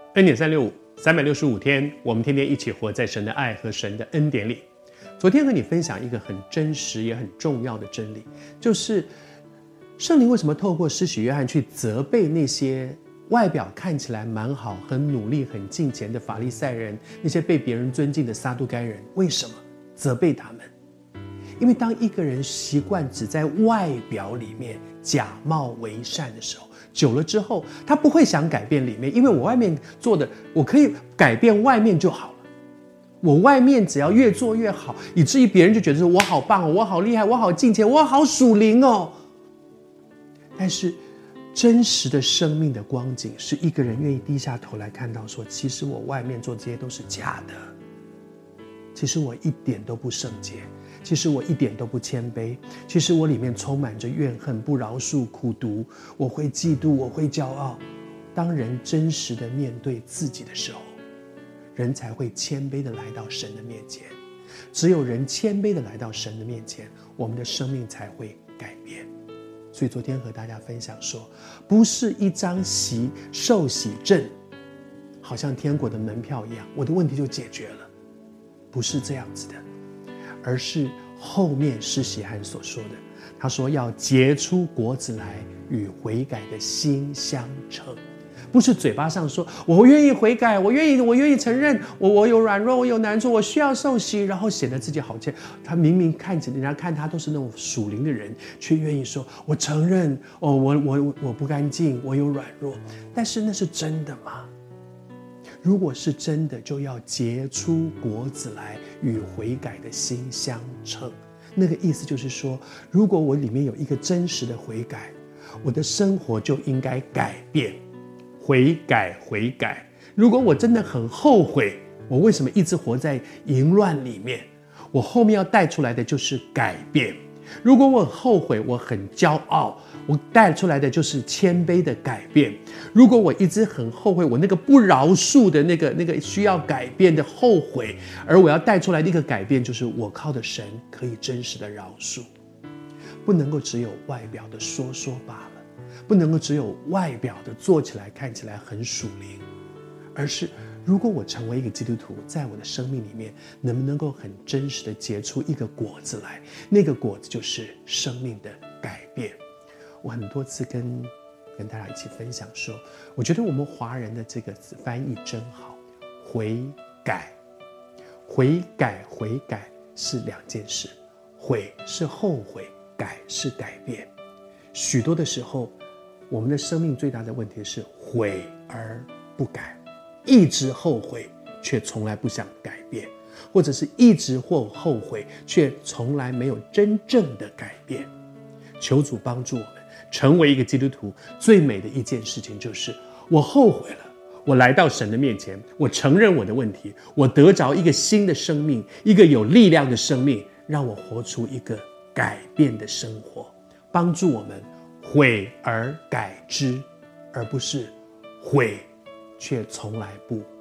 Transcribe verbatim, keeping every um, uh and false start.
恩典三六五，三百六十五天，我们天天一起活在神的爱和神的恩典里。昨天和你分享一个很真实也很重要的真理，就是圣灵为什么透过施洗约翰去责备那些外表看起来蛮好、很努力、很敬虔的法利赛人，那些被别人尊敬的撒都该人？为什么责备他们？因为当一个人习惯只在外表里面假冒为善的时候，久了之后，他不会想改变里面，因为我外面做的，我可以改变外面就好了。我外面只要越做越好，以至于别人就觉得说我好棒哦，我好厉害，我好敬虔，我好属灵哦。但是真实的生命的光景，是一个人愿意低下头来看到说，其实我外面做这些都是假的，其实我一点都不圣洁，其实我一点都不谦卑，其实我里面充满着怨恨、不饶恕、苦毒，我会嫉妒，我会骄傲。当人真实的面对自己的时候，人才会谦卑的来到神的面前。只有人谦卑的来到神的面前，我们的生命才会改变。所以昨天和大家分享说，不是一张喜受洗证好像天国的门票一样，我的问题就解决了，不是这样子的，而是后面施洗约翰所说的，他说要结出果子来，与悔改的心相称。不是嘴巴上说我愿意悔改，我愿意我愿意承认我我有软弱，我有难处，我需要受洗，然后显得自己好谦。他明明看起人家看他都是那种属灵的人，却愿意说我承认哦，我我我不干净，我有软弱。但是那是真的吗？如果是真的，就要结出果子来，与悔改的心相称。那个意思就是说，如果我里面有一个真实的悔改，我的生活就应该改变。悔改悔改，如果我真的很后悔，我为什么一直活在淫乱里面，我后面要带出来的就是改变。如果我很后悔，我很骄傲，我带出来的就是谦卑的改变。如果我一直很后悔，我那个不饶恕的那个那个需要改变的后悔，而我要带出来的一个改变，就是我靠的神可以真实的饶恕，不能够只有外表的说说罢了，不能够只有外表的做起来看起来很属灵，而是如果我成为一个基督徒，在我的生命里面能不能够很真实的结出一个果子来，那个果子就是生命的改变。我很多次跟跟大家一起分享说，我觉得我们华人的这个字翻译真好，悔改。悔改悔改是两件事，悔是后悔，改是改变。许多的时候我们的生命最大的问题是悔而不改，一直后悔却从来不想改变，或者是一直或后悔却从来没有真正的改变。求主帮助我们成为一个基督徒，最美的一件事情就是我后悔了，我来到神的面前，我承认我的问题，我得着一个新的生命，一个有力量的生命，让我活出一个改变的生活。帮助我们悔而改之，而不是悔却从来不